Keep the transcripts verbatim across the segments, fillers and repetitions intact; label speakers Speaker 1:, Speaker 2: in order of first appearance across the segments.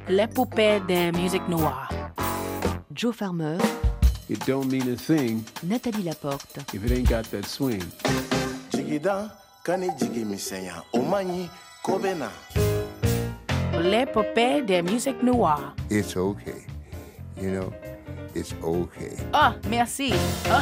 Speaker 1: l'épopée des musiques noires.
Speaker 2: Joe Farmer.
Speaker 3: It don't mean a thing
Speaker 2: Nathalie Laporte.
Speaker 3: if it ain't got that swing.
Speaker 4: Jigida kani jigi misenya omanyi kobena.
Speaker 1: L'épopée des musiques noires.
Speaker 5: It's okay. You know, it's okay.
Speaker 1: Ah, merci. Ah.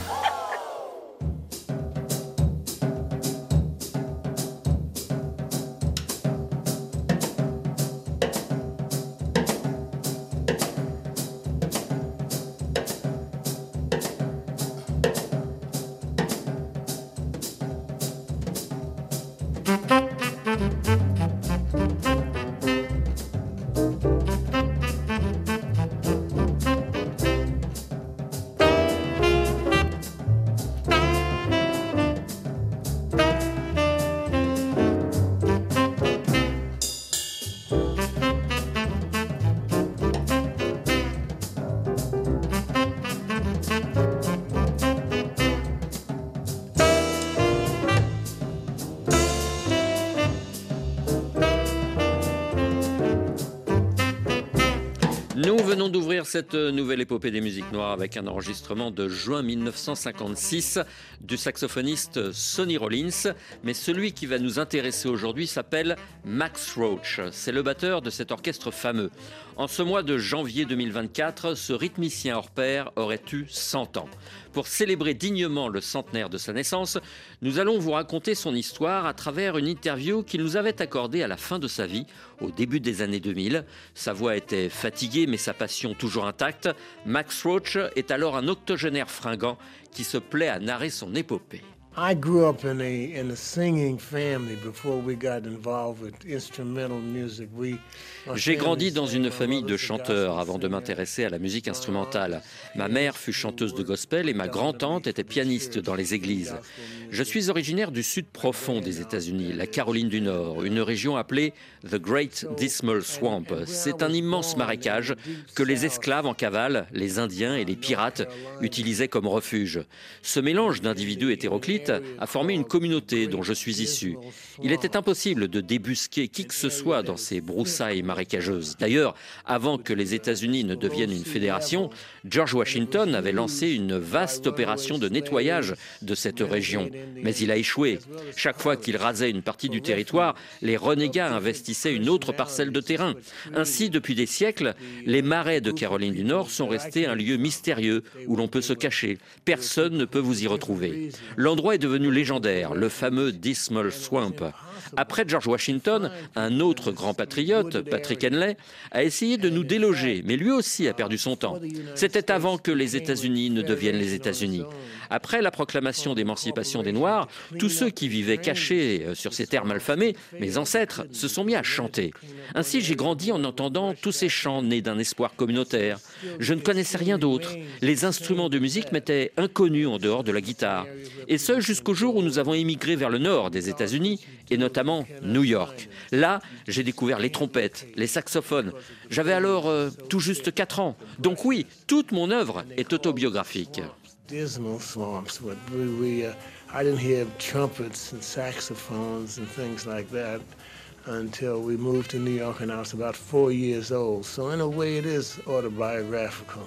Speaker 6: Nous venons d'ouvrir cette nouvelle épopée des musiques noires avec un enregistrement de juin mille neuf cent cinquante-six du saxophoniste Sonny Rollins. Mais celui qui va nous intéresser aujourd'hui s'appelle Max Roach. C'est le batteur de cet orchestre fameux. En ce mois de janvier deux mille vingt-quatre, ce rythmicien hors pair aurait eu cent ans. Pour célébrer dignement le centenaire de sa naissance, nous allons vous raconter son histoire à travers une interview qu'il nous avait accordée à la fin de sa vie, au début des années deux mille. Sa voix était fatiguée, mais sa passion toujours intacte. Max Roach est alors un octogénaire fringant qui se plaît à narrer son épopée.
Speaker 7: I grew up in a in a singing family before we got involved with instrumental music. We
Speaker 6: J'ai grandi dans une famille de chanteurs avant de m'intéresser à la musique instrumentale. Ma mère fut chanteuse de gospel et ma grand-tante était pianiste dans les églises. Je suis originaire du sud profond des États-Unis, la Caroline du Nord, une région appelée The Great Dismal Swamp. C'est un immense marécage que les esclaves en cavale, les Indiens et les pirates utilisaient comme refuge. Ce mélange d'individus hétéroclites a formé une communauté dont je suis issu. Il était impossible de débusquer qui que ce soit dans ces broussailles marécageuses. D'ailleurs, avant que les États-Unis ne deviennent une fédération, George Washington avait lancé une vaste opération de nettoyage de cette région. Mais il a échoué. Chaque fois qu'il rasait une partie du territoire, les renégats investissaient une autre parcelle de terrain. Ainsi, depuis des siècles, les marais de Caroline du Nord sont restés un lieu mystérieux où l'on peut se cacher. Personne ne peut vous y retrouver. L'endroit est devenu légendaire, le fameux Dismal Swamp. Après George Washington, un autre grand patriote, Patrick Henley, a essayé de nous déloger, mais lui aussi a perdu son temps. C'était avant que les États-Unis ne deviennent les États-Unis. Après la proclamation d'émancipation des Noirs, tous ceux qui vivaient cachés sur ces terres malfamées, mes ancêtres, se sont mis à chanter. Ainsi, j'ai grandi en entendant tous ces chants nés d'un espoir communautaire. Je ne connaissais rien d'autre. Les instruments de musique m'étaient inconnus en dehors de la guitare. Et ce, jusqu'au jour où nous avons émigré vers le nord des États-Unis, et notamment New York. Là, j'ai découvert les trompettes, les saxophones. J'avais alors euh, tout juste quatre ans. Donc oui, toute mon œuvre est autobiographique.
Speaker 7: dismal swamps. But we, we uh, I didn't hear trumpets and saxophones and things like that until we moved to New York, and I was about four years old. So in a way, it is autobiographical.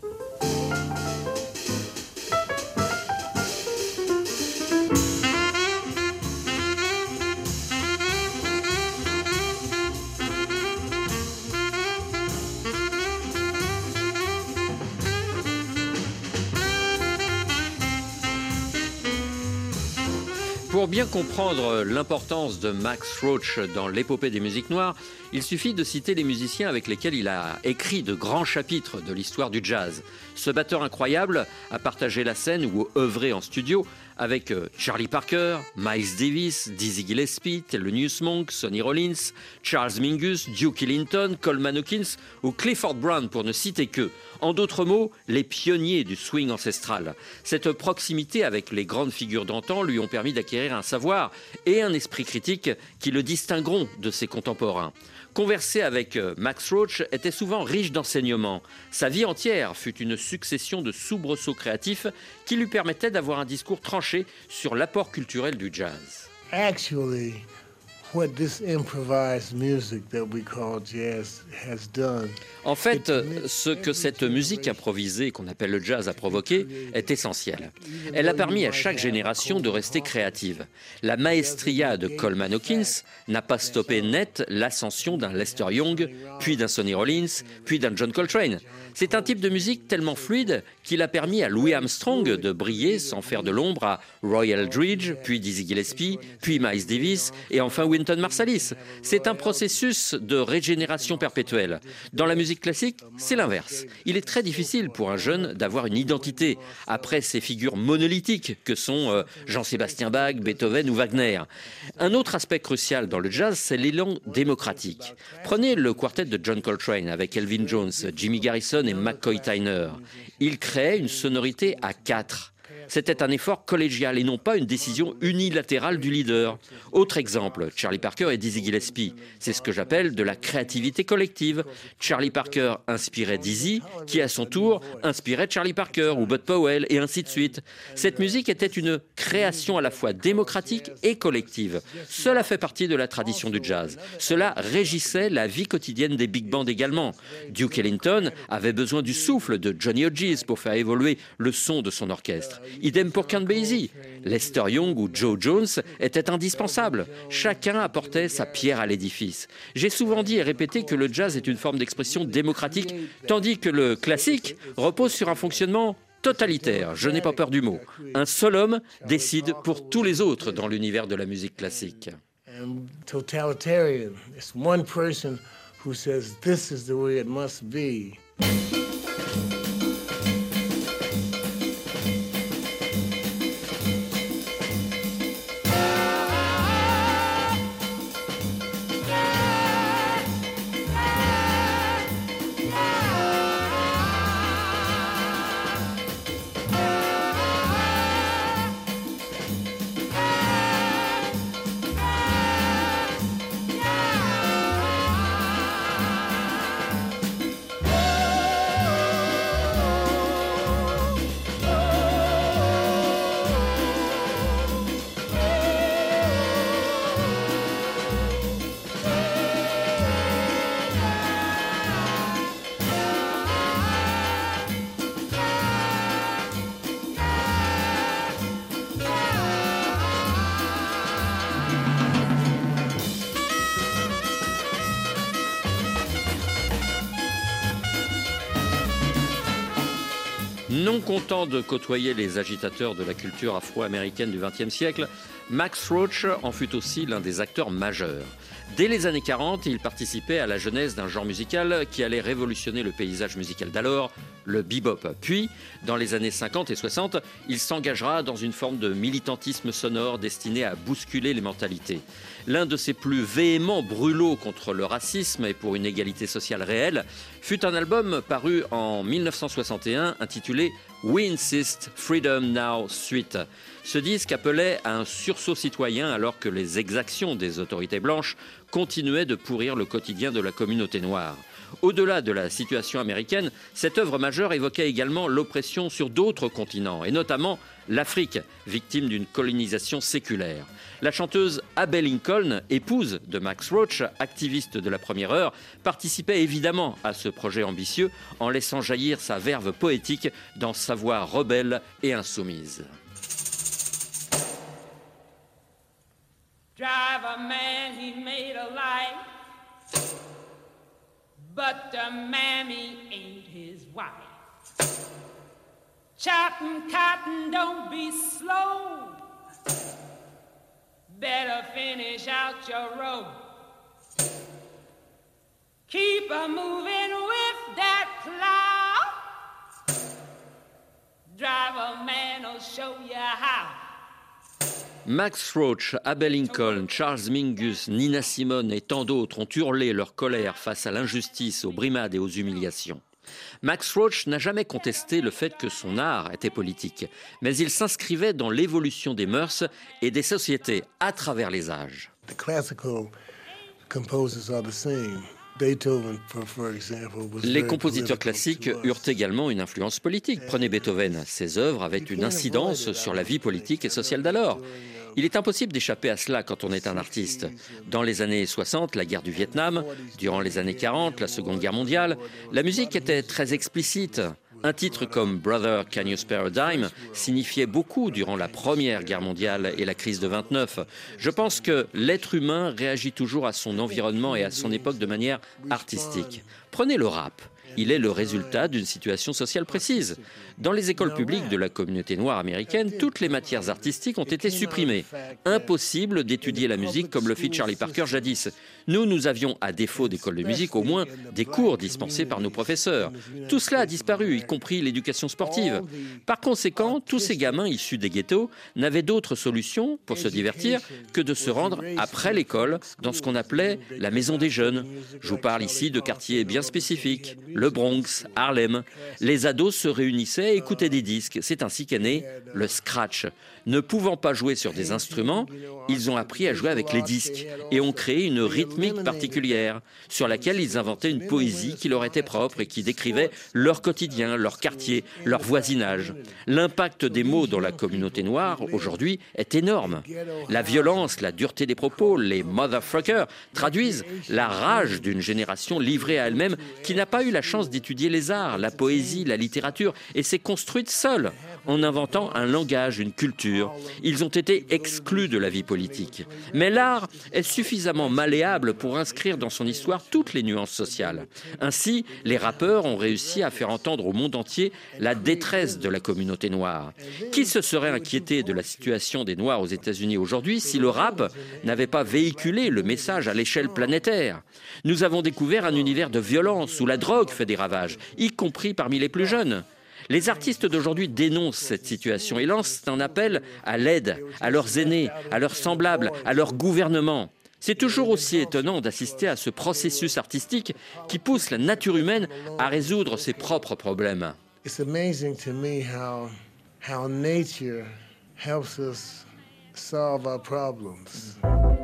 Speaker 6: Pour bien comprendre l'importance de Max Roach dans l'épopée des musiques noires, il suffit de citer les musiciens avec lesquels il a écrit de grands chapitres de l'histoire du jazz. Ce batteur incroyable a partagé la scène ou œuvré en studio avec Charlie Parker, Miles Davis, Dizzy Gillespie, Thelonious Monk, Sonny Rollins, Charles Mingus, Duke Ellington, Coleman Hawkins ou Clifford Brown pour ne citer qu'eux. En d'autres mots, les pionniers du swing ancestral. Cette proximité avec les grandes figures d'antan lui ont permis d'acquérir un savoir et un esprit critique qui le distingueront de ses contemporains. Converser avec Max Roach était souvent riche d'enseignements. Sa vie entière fut une succession de soubresauts créatifs qui lui permettaient d'avoir un discours tranché sur l'apport culturel du jazz.
Speaker 7: Actually, what this improvised music that we call jazz has done.
Speaker 6: En fait, ce que cette musique improvisée qu'on appelle le jazz a provoqué est essentiel. Elle a permis à chaque génération de rester créative. La maestria de Coleman Hawkins n'a pas stoppé net l'ascension d'un Lester Young, puis d'un Sonny Rollins, puis d'un John Coltrane. C'est un type de musique tellement fluide qu'il a permis à Louis Armstrong de briller sans faire de l'ombre à Roy Eldridge, puis Dizzy Gillespie, puis Miles Davis et enfin Wynton Marsalis. C'est un processus de régénération perpétuelle. Dans la musique classique, c'est l'inverse. Il est très difficile pour un jeune d'avoir une identité après ces figures monolithiques que sont euh, Jean-Sébastien Bach, Beethoven ou Wagner. Un autre aspect crucial dans le jazz, c'est l'élan démocratique. Prenez le quartet de John Coltrane avec Elvin Jones, Jimmy Garrison et McCoy Tyner. Il créait une sonorité à quatre. C'était un effort collégial et non pas une décision unilatérale du leader. Autre exemple, Charlie Parker et Dizzy Gillespie. C'est ce que j'appelle de la créativité collective. Charlie Parker inspirait Dizzy, qui à son tour inspirait Charlie Parker ou Bud Powell, et ainsi de suite. Cette musique était une création à la fois démocratique et collective. Cela fait partie de la tradition du jazz. Cela régissait la vie quotidienne des big bands également. Duke Ellington avait besoin du souffle de Johnny Hodges pour faire évoluer le son de son orchestre. Idem pour Count Basie. Lester Young ou Joe Jones étaient indispensables. Chacun apportait sa pierre à l'édifice. J'ai souvent dit et répété que le jazz est une forme d'expression démocratique, tandis que le classique repose sur un fonctionnement totalitaire. Je n'ai pas peur du mot. Un seul homme décide pour tous les autres dans l'univers de la musique classique.
Speaker 7: And totalitarian. It's one person who says this is the way it must be.
Speaker 6: Non content de côtoyer les agitateurs de la culture afro-américaine du vingtième siècle, Max Roach en fut aussi l'un des acteurs majeurs. Dès les années quarante, il participait à la genèse d'un genre musical qui allait révolutionner le paysage musical d'alors, le bebop. Puis, dans les années cinquante et soixante, il s'engagera dans une forme de militantisme sonore destiné à bousculer les mentalités. L'un de ses plus véhéments brûlots contre le racisme et pour une égalité sociale réelle fut un album paru en mille neuf cent soixante et un intitulé « We Insist Freedom Now Suite ». Ce disque appelait à un sursaut citoyen alors que les exactions des autorités blanches continuaient de pourrir le quotidien de la communauté noire. Au-delà de la situation américaine, cette œuvre majeure évoquait également l'oppression sur d'autres continents, et notamment l'Afrique, victime d'une colonisation séculaire. La chanteuse Abbey Lincoln, épouse de Max Roach, activiste de la première heure, participait évidemment à ce projet ambitieux en laissant jaillir sa verve poétique dans sa voix rebelle et insoumise.
Speaker 8: Drive a man, he made a life, but the mammy ain't his wife. Chopping cotton, don't be slow, better finish out your row. Keep a moving with that plow, drive a man'll show you how.
Speaker 6: Max Roach, Abbey Lincoln, Charles Mingus, Nina Simone et tant d'autres ont hurlé leur colère face à l'injustice, aux brimades et aux humiliations. Max Roach n'a jamais contesté le fait que son art était politique, mais il s'inscrivait dans l'évolution des mœurs et des sociétés à travers les âges.
Speaker 7: The classical composers are the same.
Speaker 6: Les compositeurs classiques eurent également une influence politique. Prenez Beethoven, ses œuvres avaient une incidence sur la vie politique et sociale d'alors. Il est impossible d'échapper à cela quand on est un artiste. Dans les années soixante, la guerre du Vietnam, durant les années quarante, la Seconde Guerre mondiale, la musique était très explicite. Un titre comme « Brother, Can You Spare a Dime » signifiait beaucoup durant la Première Guerre mondiale et la crise de vingt-neuf. Je pense que l'être humain réagit toujours à son environnement et à son époque de manière artistique. Prenez le rap. Il est le résultat d'une situation sociale précise. Dans les écoles publiques de la communauté noire américaine, toutes les matières artistiques ont été supprimées. Impossible d'étudier la musique comme le fit Charlie Parker jadis. Nous, nous avions, à défaut d'école de musique, au moins des cours dispensés par nos professeurs. Tout cela a disparu, y compris l'éducation sportive. Par conséquent, tous ces gamins issus des ghettos n'avaient d'autre solution pour se divertir que de se rendre après l'école dans ce qu'on appelait la maison des jeunes. Je vous parle ici de quartiers bien spécifiques. Le Bronx, Harlem. Les ados se réunissaient et écoutaient des disques. C'est ainsi qu'est né le scratch. Ne pouvant pas jouer sur des instruments, ils ont appris à jouer avec les disques et ont créé une rythmique particulière sur laquelle ils inventaient une poésie qui leur était propre et qui décrivait leur quotidien, leur quartier, leur voisinage. L'impact des mots dans la communauté noire aujourd'hui est énorme. La violence, la dureté des propos, les motherfuckers traduisent la rage d'une génération livrée à elle-même qui n'a pas eu la chance d'étudier les arts, la poésie, la littérature et s'est construite seule en inventant un langage, une culture. Ils ont été exclus de la vie politique. Mais l'art est suffisamment malléable pour inscrire dans son histoire toutes les nuances sociales. Ainsi, les rappeurs ont réussi à faire entendre au monde entier la détresse de la communauté noire. Qui se serait inquiété de la situation des Noirs aux États-Unis aujourd'hui si le rap n'avait pas véhiculé le message à l'échelle planétaire? Nous avons découvert un univers de violence où la drogue fait des ravages, y compris parmi les plus jeunes. Les artistes d'aujourd'hui dénoncent cette situation et lancent un appel à l'aide, à leurs aînés, à leurs semblables, à leur gouvernement. C'est toujours aussi étonnant d'assister à ce processus artistique qui pousse la nature humaine à résoudre ses propres problèmes.
Speaker 7: It's amazing to me how, how nature helps us solve our problems.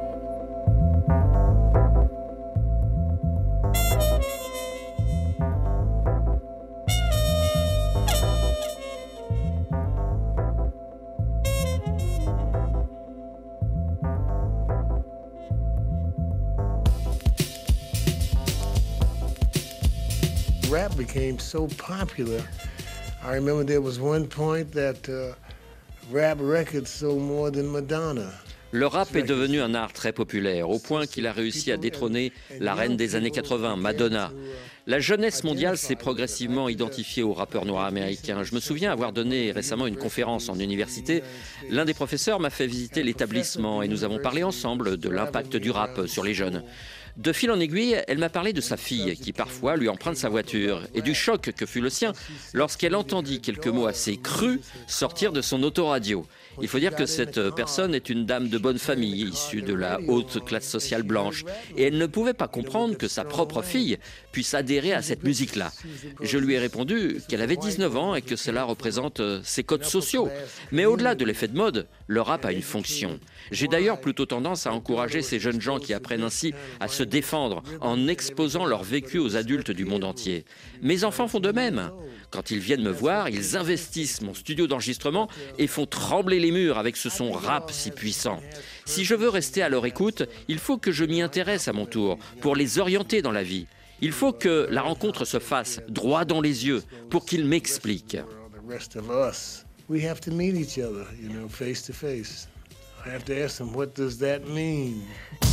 Speaker 7: Rap became so popular. I remember there was one point that uh, rap records sold more than Madonna.
Speaker 6: Le rap est devenu un art très populaire, au point qu'il a réussi à détrôner la reine des années quatre-vingt, Madonna. La jeunesse mondiale s'est progressivement identifiée aux rappeurs noirs américains. Je me souviens avoir donné récemment une conférence en université. L'un des professeurs m'a fait visiter l'établissement et nous avons parlé ensemble de l'impact du rap sur les jeunes. De fil en aiguille, elle m'a parlé de sa fille qui parfois lui emprunte sa voiture et du choc que fut le sien lorsqu'elle entendit quelques mots assez crus sortir de son autoradio. Il faut dire que cette personne est une dame de bonne famille, issue de la haute classe sociale blanche, et elle ne pouvait pas comprendre que sa propre fille puisse adhérer à cette musique-là. Je lui ai répondu qu'elle avait dix-neuf ans et que cela représente ses codes sociaux. Mais au-delà de l'effet de mode, le rap a une fonction. J'ai d'ailleurs plutôt tendance à encourager ces jeunes gens qui apprennent ainsi à se défendre en exposant leur vécu aux adultes du monde entier. Mes enfants font de même. Quand ils viennent me voir, ils investissent mon studio d'enregistrement et font trembler les murs avec ce son rap si puissant. Si je veux rester à leur écoute, il faut que je m'y intéresse à mon tour pour les orienter dans la vie. Il faut que la rencontre se fasse droit dans les yeux pour qu'ils m'expliquent.
Speaker 7: We have to meet each other, you know, face to face. I have to ask them, what does that mean?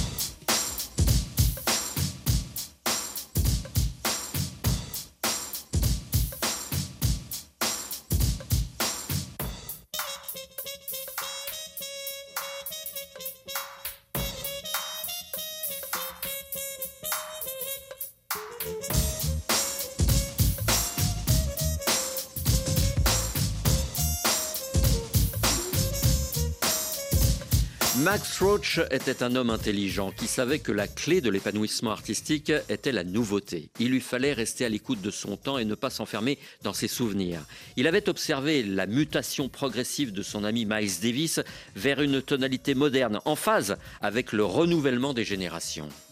Speaker 6: Max Roach était un homme intelligent qui savait que la clé de l'épanouissement artistique était la nouveauté. Il lui fallait rester à l'écoute de son temps et ne pas s'enfermer dans ses souvenirs. Il avait observé la mutation progressive de son ami Miles Davis vers une tonalité moderne, en phase avec le renouvellement des générations.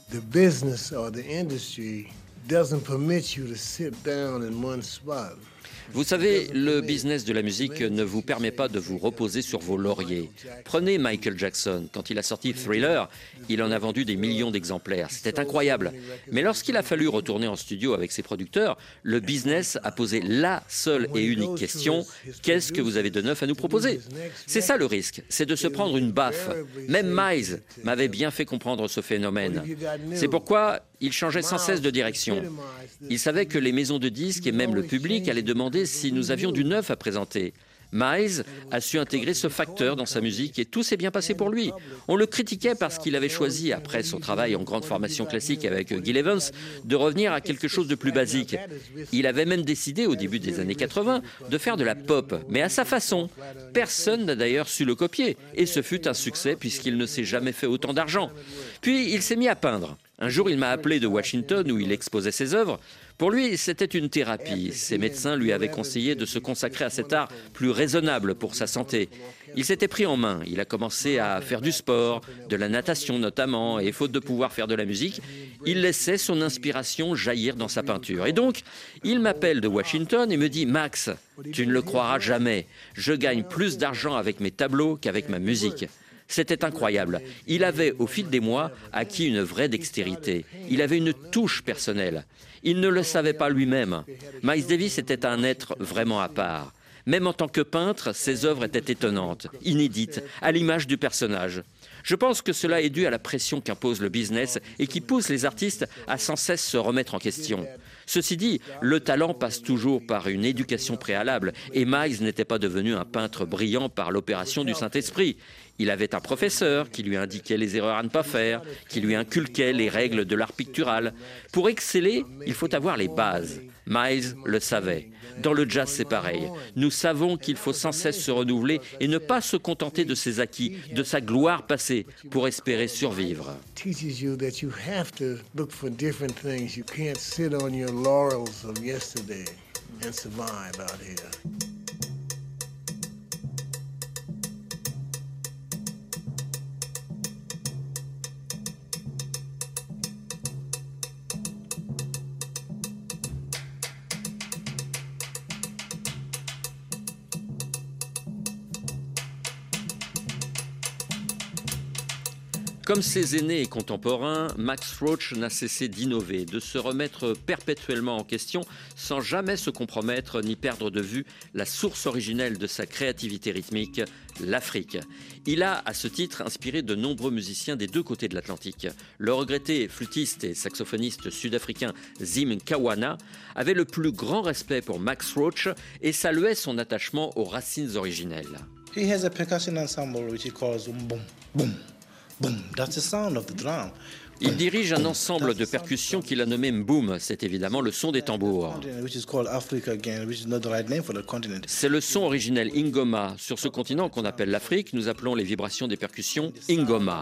Speaker 7: the business or the industry doesn't permit you to sit down in one spot.
Speaker 6: Vous savez, le business de la musique ne vous permet pas de vous reposer sur vos lauriers. Prenez Michael Jackson. Quand il a sorti Thriller, il en a vendu des millions d'exemplaires. C'était incroyable. Mais lorsqu'il a fallu retourner en studio avec ses producteurs, le business a posé la seule et unique question: qu'est-ce que vous avez de neuf à nous proposer? C'est ça le risque, c'est de se prendre une baffe. Même Miles m'avait bien fait comprendre ce phénomène. C'est pourquoi il changeait sans cesse de direction. Il savait que les maisons de disques et même le public allaient demander si nous avions du neuf à présenter. Miles a su intégrer ce facteur dans sa musique et tout s'est bien passé pour lui. On le critiquait parce qu'il avait choisi, après son travail en grande formation classique avec Gil Evans, de revenir à quelque chose de plus basique. Il avait même décidé, au début des années quatre-vingt, de faire de la pop, mais à sa façon. Personne n'a d'ailleurs su le copier, et ce fut un succès puisqu'il ne s'est jamais fait autant d'argent. Puis il s'est mis à peindre. Un jour, il m'a appelé de Washington où il exposait ses œuvres. Pour lui, c'était une thérapie. Ses médecins lui avaient conseillé de se consacrer à cet art plus raisonnable pour sa santé. Il s'était pris en main. Il a commencé à faire du sport, de la natation notamment, et faute de pouvoir faire de la musique, il laissait son inspiration jaillir dans sa peinture. Et donc, il m'appelle de Washington et me dit « Max, tu ne le croiras jamais, je gagne plus d'argent avec mes tableaux qu'avec ma musique ». C'était incroyable. Il avait, au fil des mois, acquis une vraie dextérité. Il avait une touche personnelle. Il ne le savait pas lui-même. Miles Davis était un être vraiment à part. Même en tant que peintre, ses œuvres étaient étonnantes, inédites, à l'image du personnage. Je pense que cela est dû à la pression qu'impose le business et qui pousse les artistes à sans cesse se remettre en question. Ceci dit, le talent passe toujours par une éducation préalable et Miles n'était pas devenu un peintre brillant par l'opération du Saint-Esprit. Il avait un professeur qui lui indiquait les erreurs à ne pas faire, qui lui inculquait les règles de l'art pictural. Pour exceller, il faut avoir les bases. Miles le savait. Dans le jazz, c'est pareil. Nous savons qu'il faut sans cesse se renouveler et ne pas se contenter de ses acquis, de sa gloire passée, pour espérer survivre.
Speaker 7: Teaches you that you have to look for different things. You can't sit on your laurels of yesterday and survive out here.
Speaker 6: Comme ses aînés et contemporains, Max Roach n'a cessé d'innover, de se remettre perpétuellement en question sans jamais se compromettre ni perdre de vue la source originelle de sa créativité rythmique, l'Afrique. Il a, à ce titre, inspiré de nombreux musiciens des deux côtés de l'Atlantique. Le regretté flûtiste et saxophoniste sud-africain Zim Kawana avait le plus grand respect pour Max Roach et saluait son attachement aux racines originelles.
Speaker 9: He has a percussion ensemble which he calls boom, boom. Boom, that's the sound of the drum.
Speaker 6: Il dirige un ensemble de percussions qu'il a nommé Mboum, c'est évidemment le son des tambours. C'est le son originel Ingoma. Sur ce continent qu'on appelle l'Afrique, nous appelons les vibrations des percussions Ingoma.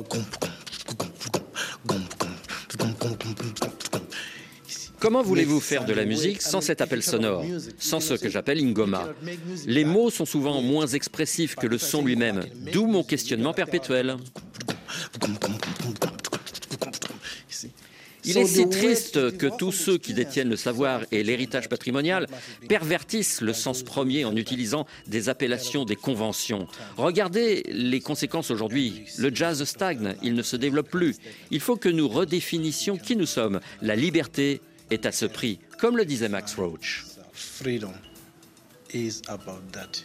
Speaker 6: Comment voulez-vous faire de la musique sans cet appel sonore, sans ce que j'appelle Ingoma? Les mots sont souvent moins expressifs que le son lui-même, d'où mon questionnement perpétuel. Il est si triste que tous ceux qui détiennent le savoir et l'héritage patrimonial pervertissent le sens premier en utilisant des appellations, des conventions. Regardez les conséquences aujourd'hui. Le jazz stagne, il ne se développe plus. Il faut que nous redéfinissions qui nous sommes. La liberté est à ce prix, comme le disait Max Roach.
Speaker 9: Freedom is about that.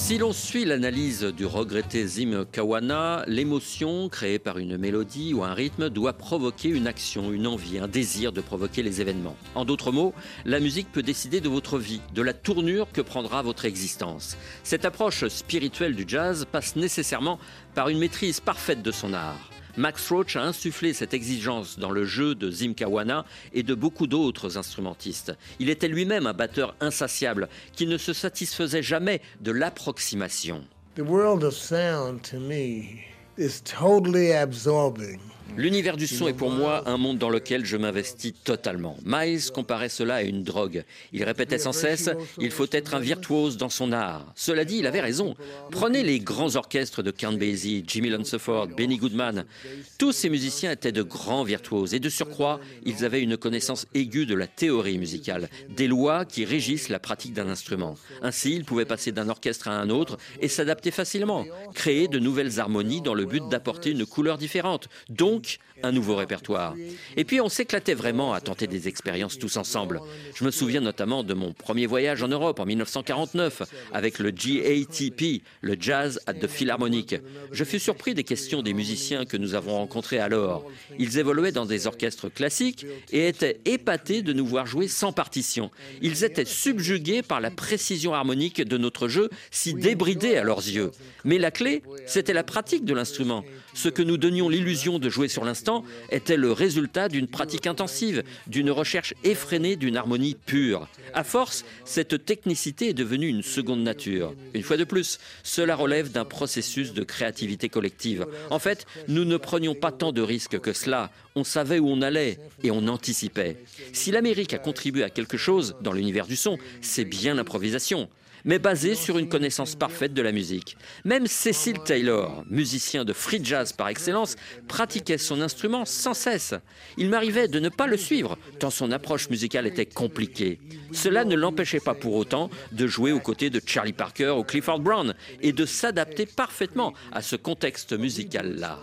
Speaker 6: Si l'on suit l'analyse du regretté Zim Kawana, l'émotion créée par une mélodie ou un rythme doit provoquer une action, une envie, un désir de provoquer les événements. En d'autres mots, la musique peut décider de votre vie, de la tournure que prendra votre existence. Cette approche spirituelle du jazz passe nécessairement par une maîtrise parfaite de son art. Max Roach a insufflé cette exigence dans le jeu de Zim Kawana et de beaucoup d'autres instrumentistes. Il était lui-même un batteur insatiable qui ne se satisfaisait jamais de l'approximation.
Speaker 7: The world of sound to me is totally absorbing.
Speaker 6: L'univers du son est pour moi un monde dans lequel je m'investis totalement. Miles comparait cela à une drogue. Il répétait sans cesse « il faut être un virtuose dans son art ». Cela dit, il avait raison. Prenez les grands orchestres de Count Basie, Jimmy Lunceford, Benny Goodman. Tous ces musiciens étaient de grands virtuoses et de surcroît, ils avaient une connaissance aiguë de la théorie musicale, des lois qui régissent la pratique d'un instrument. Ainsi, ils pouvaient passer d'un orchestre à un autre et s'adapter facilement, créer de nouvelles harmonies dans le but d'apporter une couleur différente. Donc, un nouveau répertoire. Et puis on s'éclatait vraiment à tenter des expériences tous ensemble. Je me souviens notamment de mon premier voyage en Europe en mille neuf cent quarante-neuf avec le G A T P, le Jazz at the Philharmonic. Je fus surpris des questions des musiciens que nous avons rencontrés alors. Ils évoluaient dans des orchestres classiques et étaient épatés de nous voir jouer sans partition. Ils étaient subjugués par la précision harmonique de notre jeu, si débridé à leurs yeux. Mais la clé, c'était la pratique de l'instrument. Ce que nous donnions l'illusion de jouer sur l'instant était le résultat d'une pratique intensive, d'une recherche effrénée d'une harmonie pure. À force, cette technicité est devenue une seconde nature. Une fois de plus, cela relève d'un processus de créativité collective. En fait, nous ne prenions pas tant de risques que cela. On savait où on allait et on anticipait. Si l'Amérique a contribué à quelque chose dans l'univers du son, c'est bien l'improvisation, mais basé sur une connaissance parfaite de la musique. Même Cecil Taylor, musicien de free jazz par excellence, pratiquait son instrument sans cesse. Il m'arrivait de ne pas le suivre, tant son approche musicale était compliquée. Cela ne l'empêchait pas pour autant de jouer aux côtés de Charlie Parker ou Clifford Brown et de s'adapter parfaitement à ce contexte musical-là.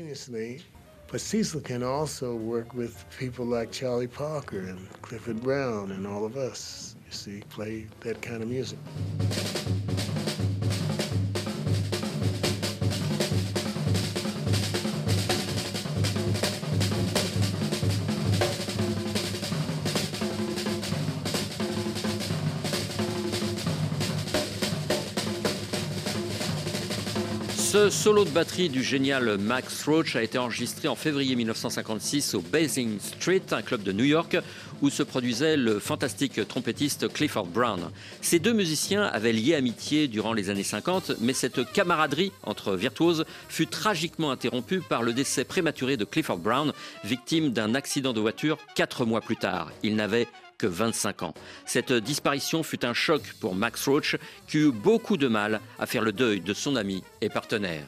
Speaker 7: But Cecil can also work with people like Charlie Parker and Clifford Brown and all of us. You see, play that kind of music.
Speaker 6: Ce solo de batterie du génial Max Roach a été enregistré en février mille neuf cent cinquante-six au Basing Street, un club de New York, où se produisait le fantastique trompettiste Clifford Brown. Ces deux musiciens avaient lié amitié durant les années cinquante, mais cette camaraderie entre virtuoses fut tragiquement interrompue par le décès prématuré de Clifford Brown, victime d'un accident de voiture quatre mois plus tard. Il n'avait que vingt-cinq ans. Cette disparition fut un choc pour Max Roach, qui eut beaucoup de mal à faire le deuil de son ami et partenaire.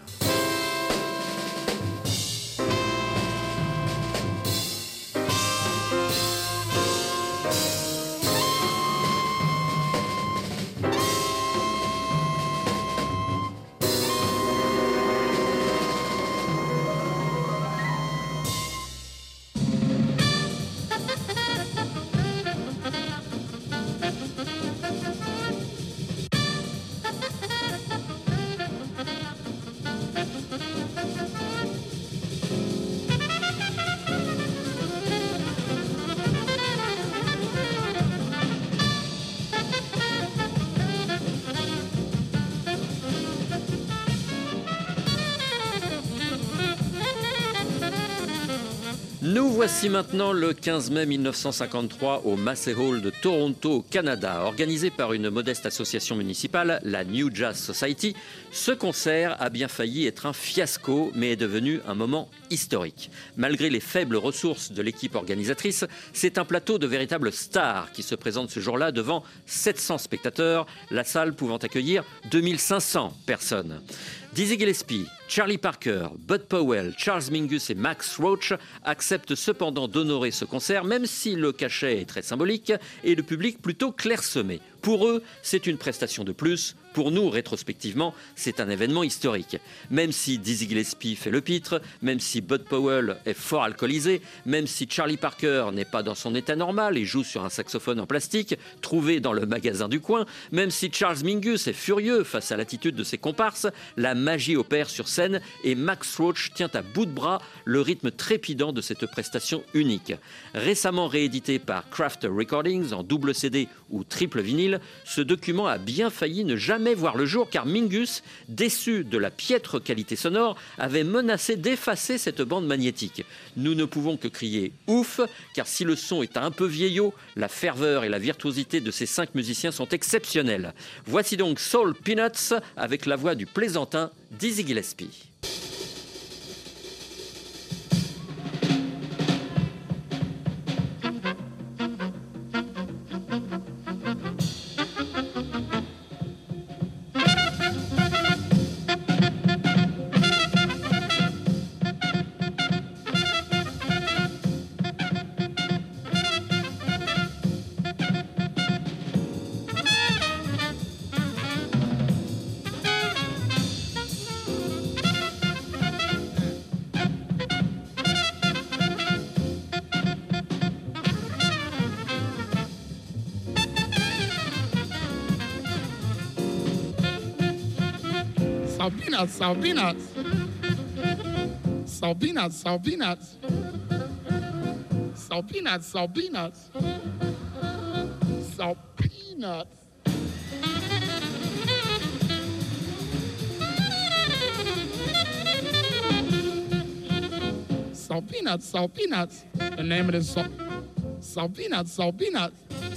Speaker 6: Nous voici maintenant le quinze mai mille neuf cent cinquante-trois au Massey Hall de Toronto, au Canada. Organisé par une modeste association municipale, la New Jazz Society, ce concert a bien failli être un fiasco, mais est devenu un moment historique. Malgré les faibles ressources de l'équipe organisatrice, c'est un plateau de véritables stars qui se présente ce jour-là devant sept cents spectateurs, la salle pouvant accueillir deux mille cinq cents personnes. Dizzy Gillespie, Charlie Parker, Bud Powell, Charles Mingus et Max Roach acceptent cependant d'honorer ce concert, même si le cachet est très symbolique et le public plutôt clairsemé. Pour eux, c'est une prestation de plus. Pour nous, rétrospectivement, c'est un événement historique. Même si Dizzy Gillespie fait le pitre, même si Bud Powell est fort alcoolisé, même si Charlie Parker n'est pas dans son état normal et joue sur un saxophone en plastique trouvé dans le magasin du coin, même si Charles Mingus est furieux face à l'attitude de ses comparses, la magie opère sur scène et Max Roach tient à bout de bras le rythme trépidant de cette prestation unique. Récemment réédité par Kraft Recordings en double C D ou triple vinyle, ce document a bien failli ne jamais voir le jour car Mingus, déçu de la piètre qualité sonore, avait menacé d'effacer cette bande magnétique. Nous ne pouvons que crier ouf, car si le son est un peu vieillot, la ferveur et la virtuosité de ces cinq musiciens sont exceptionnelles. Voici donc Soul Peanuts avec la voix du plaisantin Dizzy Gillespie.
Speaker 10: Soul peanuts, soul peanuts. Soul peanuts, soul peanuts. Soul peanuts, soul peanuts. Soul peanuts. Soul peanuts, soul peanuts. The name of this song. Soul peanuts, soul peanuts.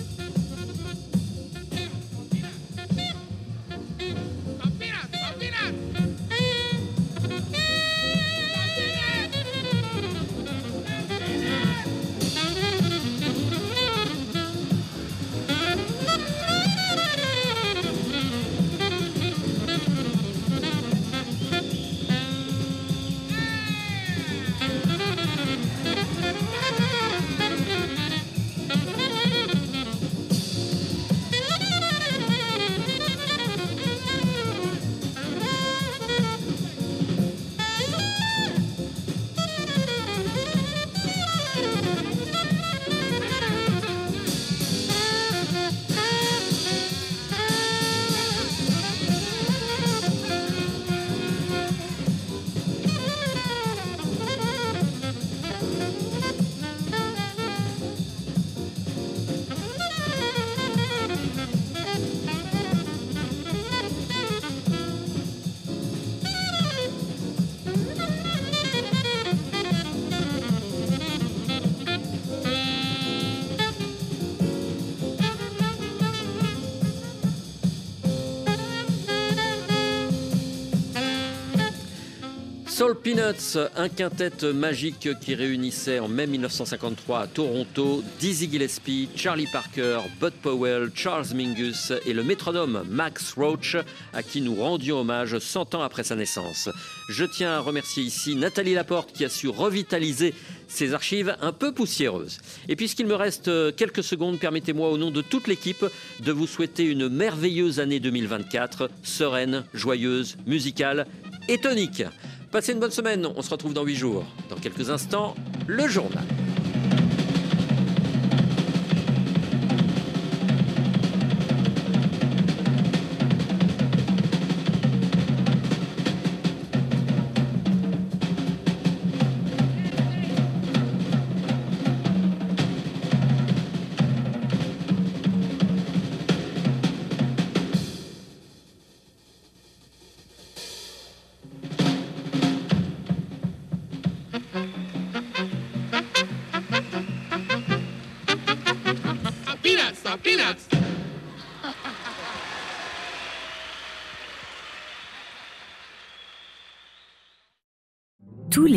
Speaker 6: Soul Peanuts, un quintet magique qui réunissait en mai mille neuf cent cinquante-trois à Toronto Dizzy Gillespie, Charlie Parker, Bud Powell, Charles Mingus et le métronome Max Roach, à qui nous rendions hommage cent ans après sa naissance. Je tiens à remercier ici Nathalie Laporte qui a su revitaliser ces archives un peu poussiéreuses. Et puisqu'il me reste quelques secondes, permettez-moi au nom de toute l'équipe de vous souhaiter une merveilleuse année deux mille vingt-quatre, sereine, joyeuse, musicale et tonique. Passez une bonne semaine, on se retrouve dans huit jours. Dans quelques instants, le journal.
Speaker 10: Peanuts, peanuts.